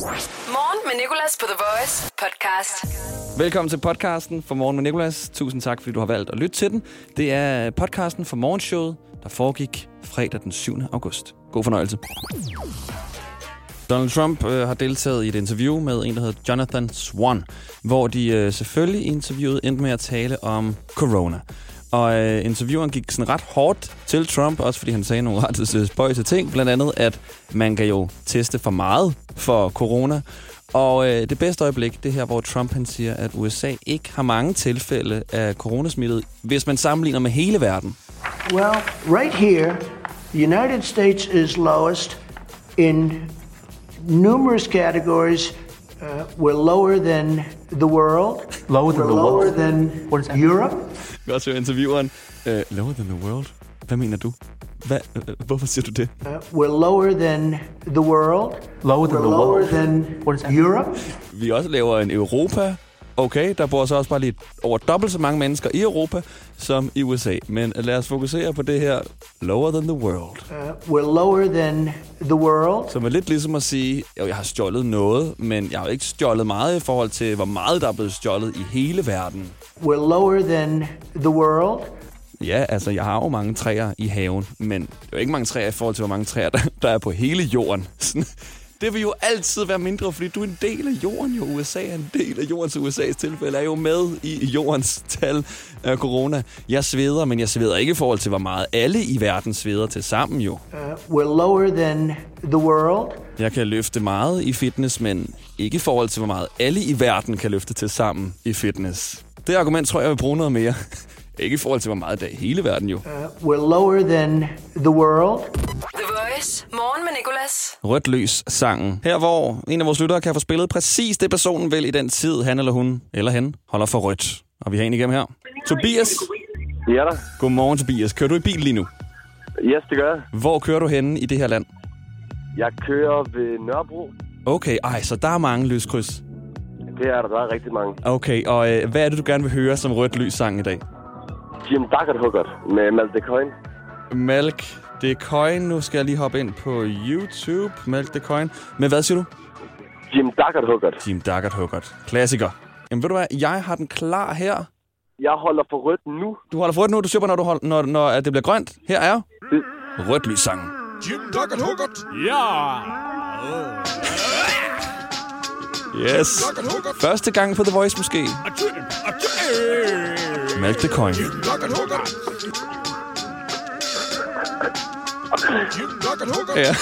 Morgen med Nicolas på The Voice podcast. Velkommen til podcasten for Morgen med Nicolas. Tusind tak, fordi du har valgt at lytte til den. Det er podcasten for morgenshowet, der foregik fredag den 7. august. God fornøjelse. Donald Trump har deltaget i et interview med en, der hedder Jonathan Swan, hvor de selvfølgelig i interviewet endte med at tale om corona. Og intervieweren gik sådan ret hårdt til Trump, også fordi han sagde nogle ret spøjse ting. Blandt andet, at man kan jo teste for meget for corona. Og det bedste øjeblik, det her, hvor Trump han siger, at USA ikke har mange tilfælde af coronasmittet, hvis man sammenligner med hele verden. Well, right here, the United States is lowest in numerous categories. We're lower than the world. Lower than we're the lower world? than What is that? Europe. Vi også høre intervieweren. Lower than the world? Hvad mener du? Hvorfor siger du det? We're lower than the world. Lower than we're the lower world? than What is that? Europe. Vi også laver en Europa. Okay, der bor så også bare lige over dobbelt så mange mennesker i Europa som i USA. Men lad os fokusere på det her. Lower than the world. We're lower than the world. Som er lidt ligesom at sige, jo, jeg har stjålet noget, men jeg har jo ikke stjålet meget i forhold til, hvor meget der er blevet stjålet i hele verden. We're lower than the world. Ja, altså, jeg har jo mange træer i haven, men det er jo ikke mange træer i forhold til, hvor mange træer, der er på hele jorden. Det vil jo altid være mindre, fordi du er en del af jorden jo. USA er en del af jorden, så USA's tilfælde er jo med i jordens tal af corona. Jeg sveder, men jeg sveder ikke i forhold til, hvor meget alle i verden sveder til sammen jo. We're lower than the world. Jeg kan løfte meget i fitness, men ikke i forhold til, hvor meget alle i verden kan løfte til sammen i fitness. Det argument tror jeg vil bruge noget mere. Ikke i forhold til, hvor meget der er i hele verden jo. We're lower than the world. The Voice. Morgen med Nicolas. Rødt lys sangen. Her hvor en af vores lyttere kan få spillet præcis det personen vil i den tid, han eller hun eller hen holder for rødt. Og vi har en igennem her. Tobias. Ja da. Godmorgen Tobias. Kører du i bil lige nu? Yes, det gør jeg. Hvor kører du henne i det her land? Jeg kører ved Nørrebro. Okay, så der er mange lyskryds. Det er der er rigtig mange. Okay, og hvad er det, du gerne vil høre som rødt lys sang i dag? Jim Duggar med Malte Coin. Malk the Coin. Nu skal jeg lige hoppe ind på YouTube. Malk the Coin. Men hvad siger du? Jim Duggar. Jim Duggar. Klassiker. Jamen ved du hvad, jeg har den klar her. Jeg holder for rødt nu. Du holder for rødt nu, du siger bare, når det bliver grønt. Her er rødt lys sangen. Jim Duggar. Ja! Yes. Første gang på The Voice måske. Malk the Coin. Ja.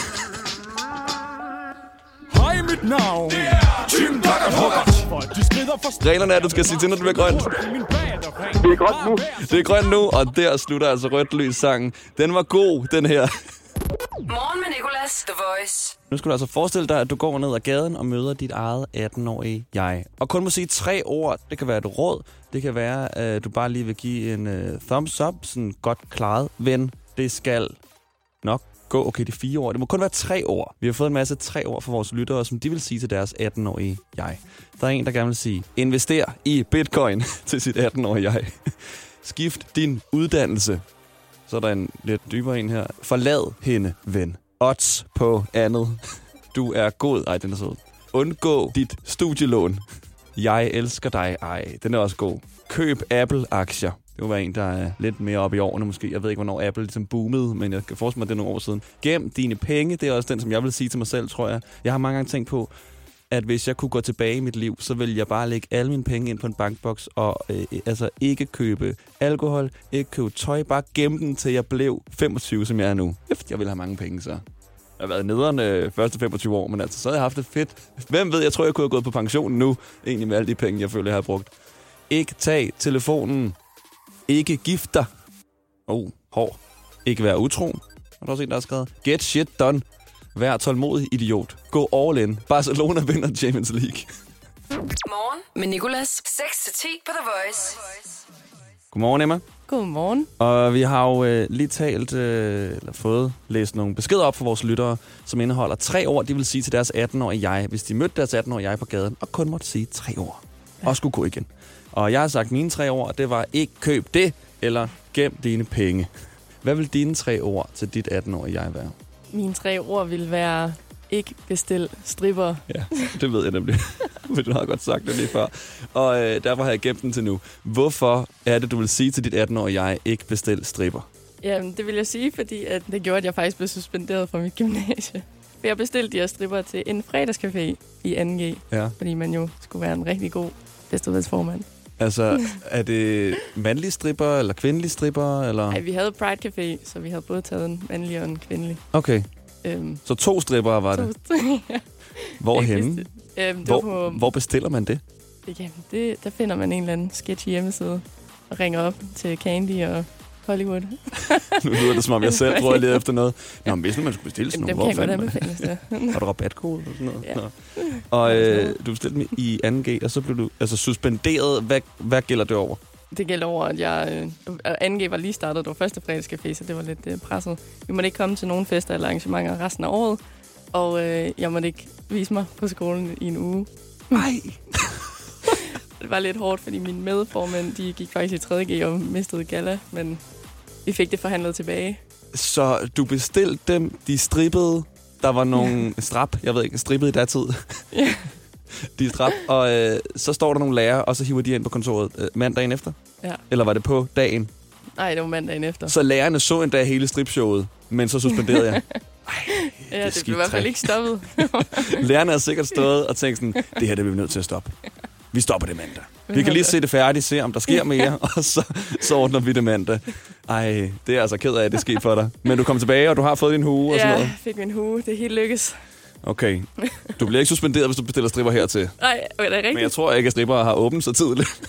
Hej, mit navn. Jim Duggar. Reglerne er, at du skal sige til, når det bliver grønt. Det er grønt nu. Det er grønt nu, og der slutter altså rødt lys sangen. Den var god, den her. Morgen med Nicolas. The Voice. Nu skal du altså forestille dig, at du går ned ad gaden og møder dit eget 18-årige jeg. Og kun må sige 3 ord. Det kan være et råd. Det kan være, at du bare lige vil give en thumbs up. Sådan godt klaret, ven. Det skal nok gå. Okay, det er 4 ord. Det må kun være 3 ord. Vi har fået en masse 3 ord fra vores lyttere, som de vil sige til deres 18-årige jeg. Der er en, der gerne vil sige, invester i bitcoin til sit 18-årige jeg. Skift din uddannelse. Så er der en lidt dybere en her. Forlad hende, ven. Odds på andet. Du er god. Ej, den er sød. Undgå dit studielån. Jeg elsker dig. Ej, den er også god. Køb Apple-aktier. Det må være en, der er lidt mere oppe i årene måske. Jeg ved ikke, hvornår Apple ligesom boomede, men jeg kan forestille mig, det er nogle år siden. Gem dine penge. Det er også den, som jeg vil sige til mig selv, tror jeg. Jeg har mange gange tænkt på, at hvis jeg kunne gå tilbage i mit liv, så ville jeg bare lægge alle mine penge ind på en bankboks og altså ikke købe alkohol, ikke købe tøj, bare gemme den til jeg blev 25, som jeg er nu. Jeg ville have mange penge, så. Jeg har været nederen første 25 år, men altså, så havde jeg haft det fedt. Hvem ved, jeg tror, jeg kunne have gået på pension nu, egentlig med alle de penge, jeg føler, jeg har brugt. Ikke tag telefonen. Ikke gift dig. Hård. Ikke være utro. Og der er også en, der har skrevet. Get shit done. Vær tålmodig, idiot. Gå all in. Barcelona vinder Champions League. Morgen med Nicolas. 6-10 på The Voice. Godmorgen, Emma. Godmorgen. Og vi har jo lige talt, eller fået læst nogle beskeder op for vores lyttere, som indeholder 3 ord, de vil sige til deres 18-årige jeg, hvis de mødte deres 18-årige jeg på gaden, og kun måtte sige 3 ord. Og skulle gå igen. Og jeg har sagt mine 3 ord, det var ikke køb det, eller gem dine penge. Hvad vil dine 3 ord til dit 18-årige jeg være? Mine 3 ord vil være ikke bestil stripper. Ja, det ved jeg nemlig. For du har godt sagt det lige før. Og derfor har jeg gemt den til nu. Hvorfor er det, du vil sige til dit 18-årige jeg, ikke bestil stripper? Jamen, det vil jeg sige, fordi at det gjorde, at jeg faktisk blev suspenderet fra mit gymnasie. For jeg bestilte de her stripper til en fredagscafé i 2G. Ja. Fordi man jo skulle være en rigtig god festivalsformand. Altså, er det mandlige stripper eller kvindelige stripper? Eller? Nej, vi havde Pride Café, så vi havde både taget en mandlig og en kvindelig. Okay. Så 2 stripper var det? 2 ja. Hvorhenne? Hvor bestiller man det? Jamen, der finder man en eller anden sketchy hjemmeside og ringer op til Candy og Hollywood. Nu lyder det, som om jeg selv tror, jeg leder efter noget. Nå, men hvis man skulle bestille sådan noget, hvor fanden man? Har du rabatkode og sådan noget? Ja. Og du bestilte dem i 2G, og så blev du suspenderet. Hvad gælder det over? Det gælder over, at jeg... 2G var lige startet, det var første fredagscafé, så det var lidt presset. Vi måtte ikke komme til nogen fester eller arrangementer resten af året, og jeg måtte ikke vise mig på skolen i en uge. Nej! Det var lidt hårdt, fordi mine medformænd, de gik faktisk i 3G og mistede galla, men vi fik det forhandlet tilbage. Så du bestilte dem, de strippede, der var nogle strap, jeg ved ikke, strippede i datid. Ja. De er strap, og så står der nogle lærere, og så hiver de ind på kontoret mandagen efter? Ja. Eller var det på dagen? Nej, det var mandagen efter. Så lærerne så en dag hele stripshowet, men så suspenderede jeg. Ja, det blev i hvert fald ikke stoppet. Lærerne har sikkert stået og tænkt sådan, det her det er vi nødt til at stoppe. Vi stopper det mandag. Vi kan lige se det færdigt, se om der sker mere, og så ordner vi det mandag. Ej, det er altså ked af, at det skete for dig. Men du kom tilbage, og du har fået din hue og sådan noget? Ja, fik min hue. Det er helt lykkes. Okay. Du bliver ikke suspenderet, hvis du bestiller stripper hertil. Nej, det er rigtigt. Men jeg tror ikke, at stripper har åbent så tidligt.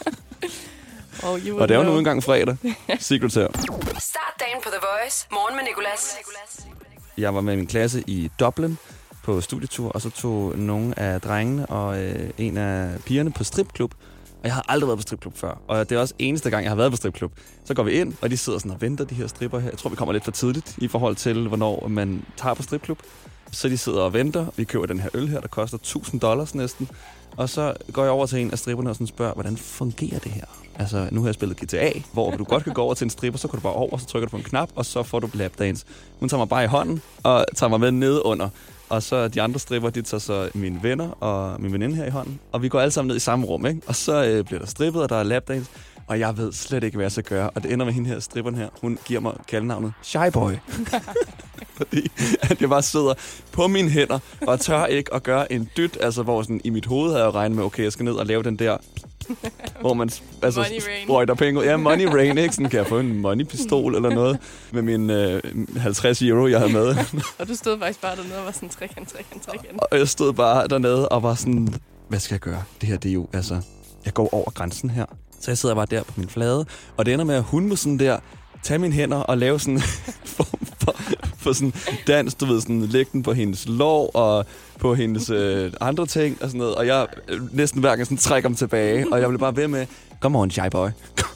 Og det er jo nu engang fredag. Secret her. Start dagen på The Voice. Morgen med Nicolas. Jeg var med min klasse i Dublin på studietur, og så tog nogle af drengene og en af pigerne på stripklub. Og jeg har aldrig været på stripklub før, og det er også eneste gang, jeg har været på stripklub. Så går vi ind, og de sidder sådan og venter, de her stripper her. Jeg tror, vi kommer lidt for tidligt i forhold til, hvornår man tager på stripklub. Så de sidder og venter. Vi køber den her øl her, der koster $1,000 næsten. Og så går jeg over til en af stripperne og sådan spørger, hvordan fungerer det her? Altså, nu har jeg spillet GTA, hvor du godt kan gå over til en stripper, så går du bare over, så trykker du på en knap, og så får du lapdance. Hun tager mig bare i hånden og tager mig med ned under. Og så de andre stripper, de tager så mine venner og min veninde her i hånden. Og vi går alle sammen ned i samme rum, ikke? Og så bliver der strippet, og der er lapdance. Og jeg ved slet ikke, hvad jeg skal gøre. Og det ender med hende her, stripperen her. Hun giver mig kaldenavnet Shyboy. Fordi at jeg bare sidder på mine hænder og tør ikke at gøre en dyt. Altså, hvor sådan, i mit hoved havde jeg regnet med, okay, jeg skal ned og lave den der... hvor man sprøjter penge ud. Ja, money rain, ikke? Sådan, kan jeg få en money-pistol eller noget med min 50 euro, jeg havde med. Og du stod faktisk bare dernede og var sådan trekant. Og jeg stod bare dernede og var sådan, hvad skal jeg gøre? Det her, det er jo, altså, jeg går over grænsen her. Så jeg sidder bare der på min flade, og det ender med, at hun må sådan der tage mine hænder og lave sådan en form for sådan dans, du ved, sådan lægge den på hendes lår og på hendes andre ting og sådan noget. Og jeg næsten hver gang sådan trækker dem tilbage, og jeg blev bare ved med, come on, shy boy.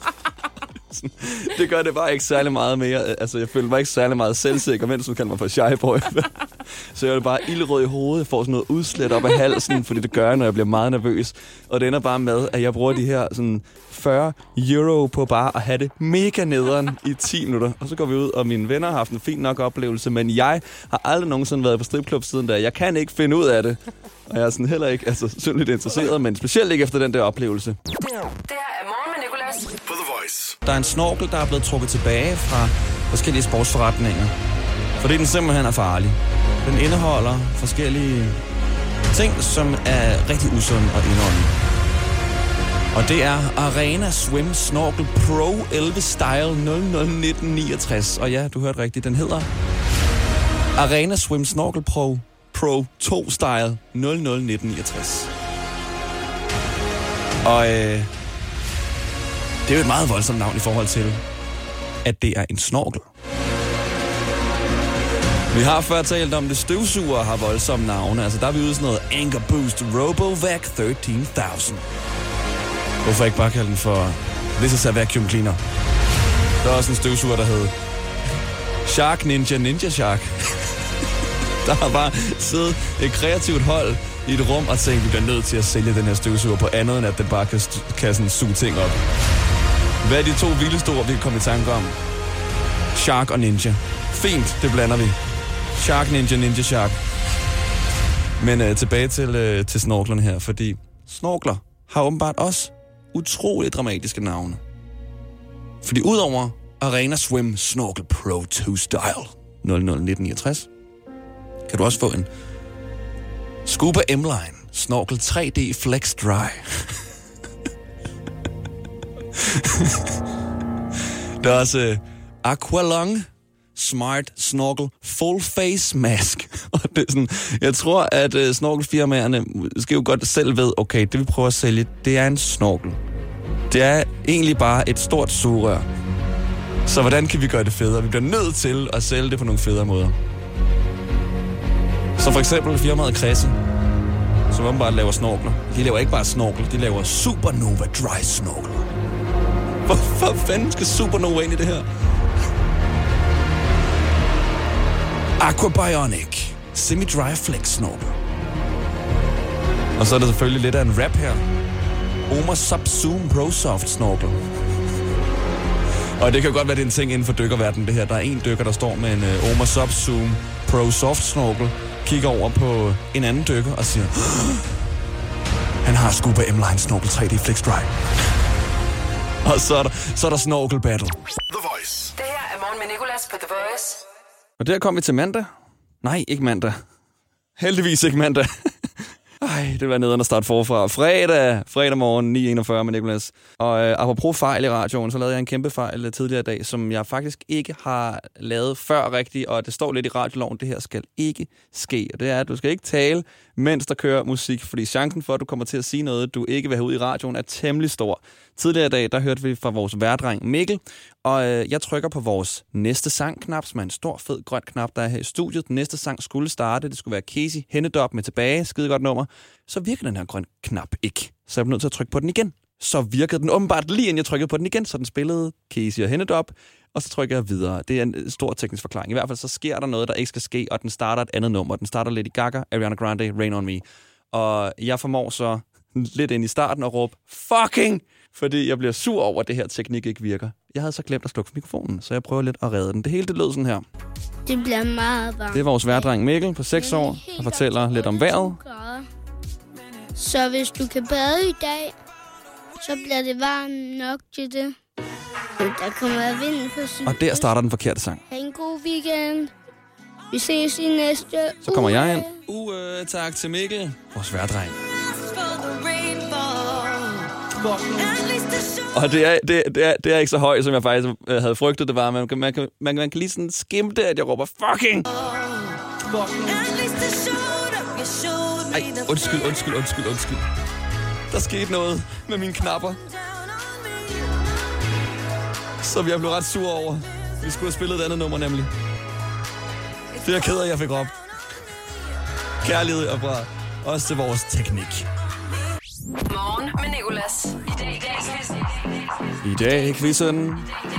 Det gør det bare ikke særlig meget mere. Altså, jeg følte mig ikke særlig meget selvsikker, mens du kaldte mig for shy boy. Så jeg var bare ildrød i hovedet. Jeg får sådan noget udslæt op af halsen, fordi det gør jeg, når jeg bliver meget nervøs. Og det ender bare med, at jeg bruger de her sådan 40 euro på bare at have det mega nederen i 10 minutter. Og så går vi ud, og mine venner har haft en fin nok oplevelse, men jeg har aldrig nogensinde været på stripklub siden da. Jeg kan ikke finde ud af det. Og jeg er sådan heller ikke synderligt interesseret, men specielt ikke efter den der oplevelse. Det her er Morgen med Nicolas. På The Voice. Der er en snorkel, der er blevet trukket tilbage fra forskellige sportsforretninger. Fordi den simpelthen er farlig. Den indeholder forskellige ting, som er rigtig usunde og indåndelige. Og det er Arena Swim Snorkel Pro 11 Style 001969. Og ja, du hørte rigtigt, den hedder Arena Swim Snorkel Pro 2 Style 001969. Og det er jo et meget voldsomt navn i forhold til, at det er en snorkel. Vi har før talt om, det støvsuger har voldsomme navne. Altså der er vi ude sådan noget Anchor Boost RoboVac 13,000. Hvorfor ikke bare kalde den for This is a Vacuum Cleaner? Der er også en støvsuger, der hedder Shark Ninja Shark. Der har bare siddet et kreativt hold i et rum og tænkt, vi bliver nødt til at sælge den her støvsuger på andet, end at den bare kan sådan suge ting op. Hvad er de to vildeste ord, vi kan komme i tanke om? Shark og ninja. Fint, det blander vi. Shark Ninja Shark. Men tilbage til snorklerne her, fordi snorkler har åbenbart også utroligt dramatiske navne. Fordi udover Arena Swim Snorkel Pro 2 Style 001969, kan du også få en Scuba M-Line Snorkel 3D Flex Dry. Der er også Aqualung Smart Snorkel Full Face Mask. Og det er sådan, jeg tror, at snorkelfirmaerne skal jo godt selv ved, okay, det vi prøver at sælge, det er en snorkel. Det er egentlig bare et stort sugerør. Så hvordan kan vi gøre det federe? Vi bliver nødt til at sælge det på nogle federe måder. Så for eksempel firmaet Kresse, som åbenbart laver snorkler. De laver ikke bare snorkel, de laver Supernova Dry Snorkel. Hvorfor fanden skal Supernova ind i det her? Aquabionic Semi-Dry Flex Snorkel. Og så er der selvfølgelig lidt af en rap her. Oma Subzoom Pro Soft Snorkel. Og det kan godt være, det er en ting inden for dykkerverdenen, det her. Der er en dykker, der står med en Oma Subzoom Pro Soft Snorkel, kigger over på en anden dykker og siger, han har Scuba M-Line Snorkel 3D Flex Dry. Og så er der Snorkel Battle. The Voice. Det her er Morgen med Nicolas på The Voice. Og der kom vi til mandag. Nej, ikke mandag. Heldigvis ikke mandag. Ej, det var nederen at starte forfra. Fredag morgen, 9.41 med Nicolas. Og apropos fejl i radioen, så lavede jeg en kæmpe fejl tidligere i dag, som jeg faktisk ikke har lavet før rigtigt, og det står lidt i radioloven, det her skal ikke ske. Og det er, at du skal ikke tale, mens der kører musik, fordi chancen for, at du kommer til at sige noget, du ikke vil have ud i radioen, er temmelig stor. Tidligere i dag, der hørte vi fra vores værdreng Mikkel, og jeg trykker på vores næste sang-knap, som er en stor, fed, grøn knap, der er her i studiet. Den næste sang skulle starte, det skulle være Casey Hennedop med Tilbage, skide godt nummer. Så virkede den her grøn knap ikke, så jeg blev nødt til at trykke på den igen. Så virkede den åbenbart lige inden jeg trykkede på den igen, så den spillede Casey og Hennedop, og så trykker jeg videre. Det er en stor teknisk forklaring. I hvert fald så sker der noget, der ikke skal ske, og den starter et andet nummer. Den starter Lady Gaga, Ariana Grande, Rain On Me. Og jeg formår så lidt ind i starten at råbe, fucking! Fordi jeg bliver sur over, at det her teknik ikke virker. Jeg havde så glemt at slukke mikrofonen, så jeg prøver lidt at redde den. Det hele det lød sådan her. Det bliver meget varmt. Det er vores værdreng Mikkel på 6 år, der fortæller lidt om vejret. Så hvis du kan bade i dag, så bliver det varmt nok til det. Der kommer vind på syden. Og der starter den forkerte sang. Ha' en god weekend. Vi ses i næste uge. Så kommer jeg ind. Tak til Mikkel, vores værdreng. Og det er ikke så højt, som jeg faktisk havde frygtet, det var. Man kan lige sådan skimte, at jeg råber fucking! Ej, undskyld. Der skete noget med mine knapper, som jeg blev ret sur over. Vi skulle have spillet et andet nummer, nemlig. Det er jeg ked af, jeg fik råbt. Kærlighed og bra. Også til vores teknik. Morgen med Nicolas. I dag quizzen.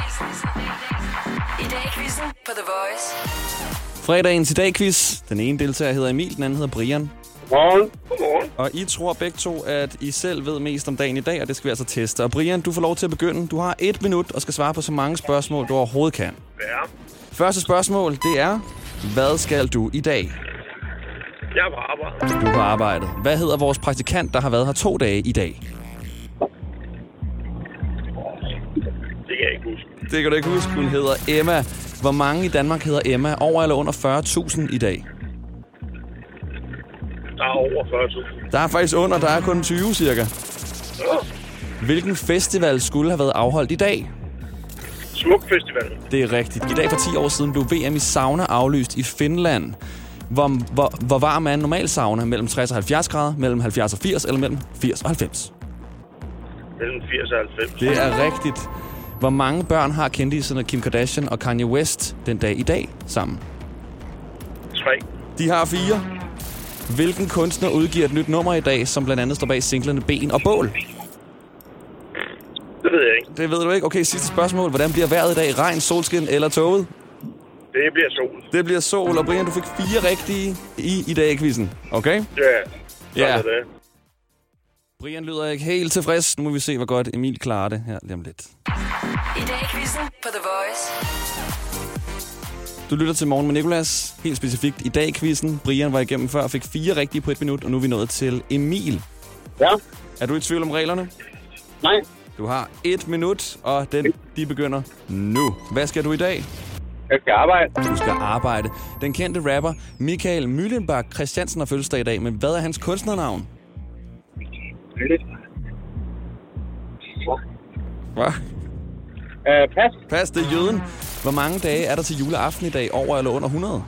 På The Voice. Fredagens i dag quiz. Den ene deltager hedder Emil, den anden hedder Brian. Godmorgen. Og I tror begge to, at I selv ved mest om dagen i dag, og det skal vi altså teste. Og Brian, du får lov til at begynde. Du har 1 minut og skal svare på så mange spørgsmål, du overhovedet kan. Ja. Første spørgsmål, det er, hvad skal du i dag? Jeg er på arbejde. Du er på arbejdet. Hvad hedder vores praktikant, der har været her 2 dage i dag? Det kan jeg ikke huske. Det kan du ikke huske. Hun hedder Emma. Hvor mange i Danmark hedder Emma? Over eller under 40.000 i dag? Der er over 40.000. Der er faktisk under. Der er kun 20 cirka. Hvilken festival skulle have været afholdt i dag? Smuk Festival. Det er rigtigt. I dag for 10 år siden blev VM i sauna aflyst i Finland. Hvor varm er en normal sauna? Mellem 60 og 70 grader, mellem 70 og 80 eller mellem 80 og 90? Mellem 80 og 90. Det er rigtigt. Hvor mange børn har kendiserne Kim Kardashian og Kanye West den dag i dag sammen? 3. De har 4. Hvilken kunstner udgiver et nyt nummer i dag, som blandt andet står bag singlerne Ben og Bål? Det ved jeg ikke. Det ved du ikke. Okay, sidste spørgsmål. Hvordan bliver vejret i dag? Regn, solskin eller tåget? Det bliver sol. Det bliver sol, og Brian, du fik 4 rigtige i dag i quizzen. Okay? Ja. Ja. Brian lyder ikke helt tilfreds. Nu må vi se, hvor godt Emil klarer det her lige om lidt. I dag quizzen på The Voice. Du lytter til Morgen med Nicolas. Helt specifikt i dag quizzen. Brian var igennem før og fik 4 rigtige på 1 minut, og nu er vi nået til Emil. Ja. Er du i tvivl om reglerne? Nej. Du har 1 minut, og de begynder nu. Hvad skal du i dag? Jeg skal arbejde. Du skal arbejde. Den kendte rapper Michael Müllenbach Christiansen har fødselsdag i dag, men hvad er hans kunstnernavn? Hvad? Pas. Pas, det er jøden. Hvor mange dage er der til juleaften i dag? Over eller under 100?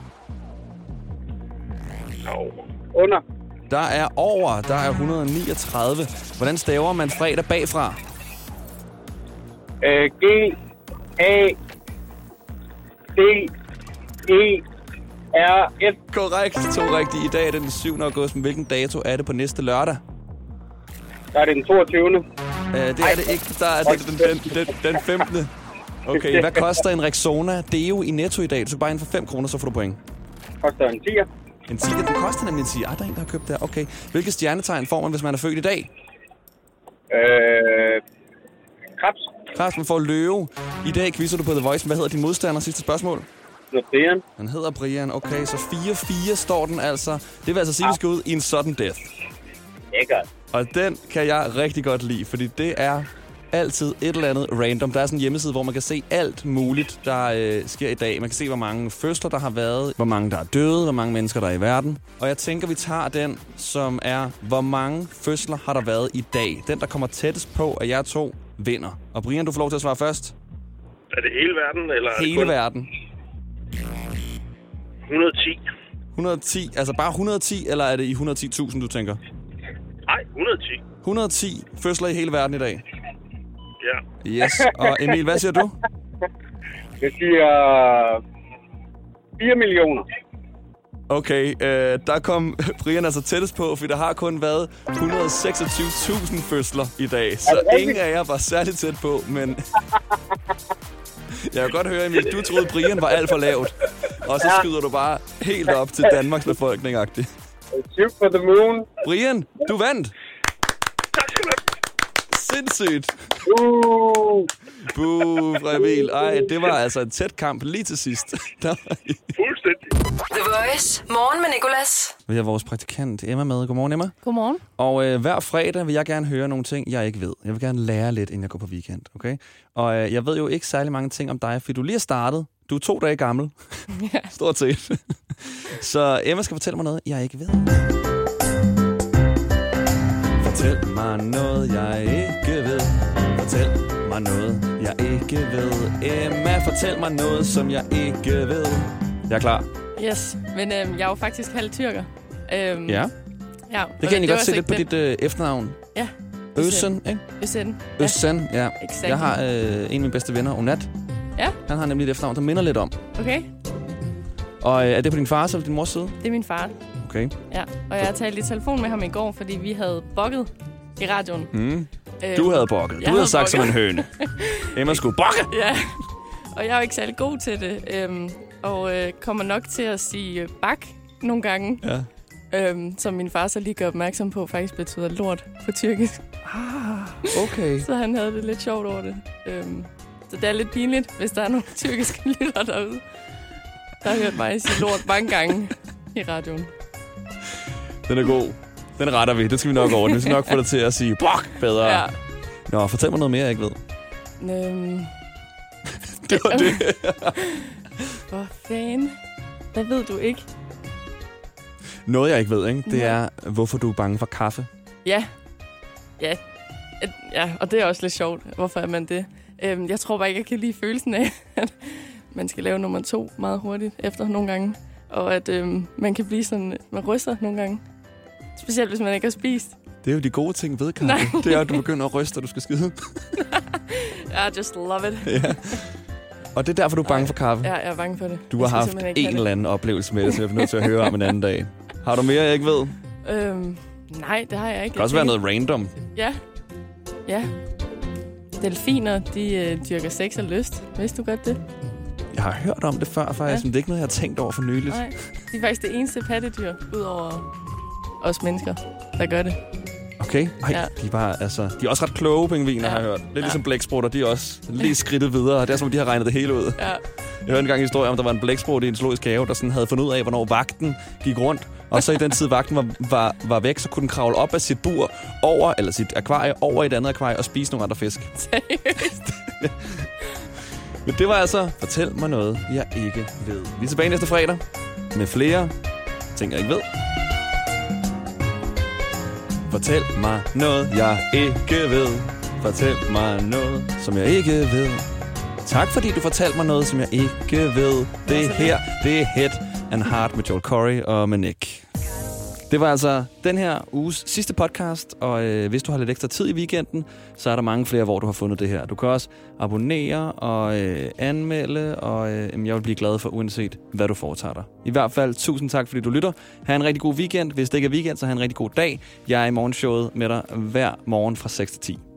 Under. Der er over. Der er 139. Hvordan staver man fredag bagfra? G. A. D. E. R. F. Korrekt. 2 rigtige. I dag er det den 7. august. Men hvilken dato er det på næste lørdag? Der er det den 22. Det er det ikke. Der er det den 15. Okay, hvad koster en Rexona Deo i Netto i dag? Du skal bare ind for 5 kroner, så får du point. Koster en 10'er. En 10'er? Den koster nemlig en 10'er. Der er en, der har købt det. Okay. Hvilke stjernetegn får man, hvis man er født i dag? Krebs. Krebs, man får løve. I dag quizzer du på The Voice. Hvad hedder din modstander? Sidste spørgsmål. Brian. Han hedder Brian. Okay, så 4-4 står den altså. Det vil altså sige, at vi skal ud i en sudden death. Lækkert. Og den kan jeg rigtig godt lide, fordi det er altid et eller andet random. Der er sådan en hjemmeside, hvor man kan se alt muligt, der sker i dag. Man kan se, hvor mange fødsler der har været, hvor mange der er døde, hvor mange mennesker der er i verden. Og jeg tænker, vi tager den, som er, hvor mange fødsler har der været i dag. Den, der kommer tættest på, at jer to vinder. Og Brian, du får lov til at svare først. Er det hele verden, eller hele verden. 110. 110, altså bare 110, eller er det i 110.000, du tænker? Nej, 110. 110 fødsler i hele verden i dag. Ja. Yes, og Emil, hvad siger du? Jeg siger 4 millioner. Okay, der kom Brian altså tættest på, for der har kun været 126.000 fødsler i dag. Så ingen af jer var særligt tæt på, men jeg kan godt høre, Emil, du troede, Brian var alt for lavt. Og så skyder du bare helt op til Danmarks befolkning-agtigt. Shoot for the moon. Brian, du vandt! Tak skal du have. Sindssygt! Buh, fra Emil. Ej, det var altså en tæt kamp lige til sidst. Fuldstændig. The Voice. Morgen med Nicolas. Vi har vores praktikant Emma med. Godmorgen, Emma. Godmorgen. Og hver fredag vil jeg gerne høre nogle ting, jeg ikke ved. Jeg vil gerne lære lidt, inden jeg går på weekend, okay? Og jeg ved jo ikke særlig mange ting om dig, fordi du lige er startet. Du er 2 dage gammel. Ja. Stort set. Så Emma skal fortælle mig noget, jeg ikke ved. Fortæl mig noget, jeg ikke ved. Fortæl mig noget, jeg ikke ved. Emma, fortæl mig noget, som jeg ikke ved. Jeg er klar. Yes, men jeg er jo faktisk halv tyrker. Ja. Ja. Det kan jeg egentlig godt se lidt på dit efternavn. Ja. Øsen, ikke? Øsen. Øsen, ja. Exactly. Jeg har en af mine bedste venner, Onat. Ja. Han har nemlig et efternavn, der minder lidt om. Okay. Og er det på din fars eller din mors side? Det er min far. Okay. Ja, og jeg talte i telefon med ham i går, fordi vi havde bokket i radioen. Du havde bokket. Du havde sagt som en høne. Emma skulle bokke. Ja, og jeg er jo ikke særlig god til det. Og kommer nok til at sige bak nogle gange. Ja. Som min far så lige gør opmærksom på, faktisk betyder lort på tyrkisk. Okay. Så han havde det lidt sjovt over det. Så det er lidt pinligt, hvis der er nogle tyrkiske lytter derude, der har hørt mig sige lort mange gange i radioen. Den er god. Den retter vi. Det skal vi nok ordne. Vi skal nok få dig til at sige bok bedre. Ja. Nå, fortæl mig noget mere, jeg ikke ved. Det var det. Hvor fanden? Hvad ved du ikke? Noget, jeg ikke ved, ikke? Det er, hvorfor du er bange for kaffe. Ja. Ja. Ja, og det er også lidt sjovt. Hvorfor er man det? Jeg tror bare ikke, jeg kan lide følelsen af, at man skal lave nummer 2 meget hurtigt efter nogle gange. Og at man kan blive sådan, man ryster nogle gange. Specielt, hvis man ikke har spist. Det er jo de gode ting ved kaffe. Det er, at du begynder at ryste, og du skal skide. I just love it. Ja. Og det er derfor, du er bange for kaffe. Ja, jeg er bange for det. Du har haft en eller anden oplevelse med det, så jeg er nødt til at høre om en anden dag. Har du mere, jeg ikke ved? Nej, det har jeg ikke. Det kan også være noget random. Ja. Ja. Delfiner, de dyrker sex og lyst. Vidste du godt det? Jeg har hørt om det før, faktisk, men det er ikke noget, jeg har tænkt over for nyligt. Nej, de er faktisk det eneste pattedyr, udover os mennesker, der gør det. Okay. Ej, ja. De er også ret kloge pingviner, har jeg hørt. Lidt ligesom blæksprutter, de er også lige skridtet videre. Det er som, de har regnet det hele ud. Ja. Jeg hørte engang en historie om, der var en blæksprut i en zoologisk have, der sådan havde fundet ud af, hvornår vagten gik rundt. Og så i den tid, vagten var væk, så kunne den kravle op af sit bur over, eller sit akvarie, over i et andet akvarie og spise nogle andre fisk. Seriøst? Men det var altså, fortæl mig noget, jeg ikke ved. Vi er tilbage næste fredag med flere ting, jeg ikke ved. Fortæl mig noget, jeg ikke ved. Fortæl mig noget, som jeg ikke ved. Tak fordi du fortalte mig noget, som jeg ikke ved. Det her, det er Head and Heart med Joel Corry og med Nick. Det var altså den her uges sidste podcast, og hvis du har lidt ekstra tid i weekenden, så er der mange flere, hvor du har fundet det her. Du kan også abonnere og anmelde, og jeg vil blive glad for uanset, hvad du foretager dig. I hvert fald, tusind tak, fordi du lytter. Ha' en rigtig god weekend. Hvis det ikke er weekend, så ha' en rigtig god dag. Jeg er i morgenshowet med dig hver morgen fra 6 til 10.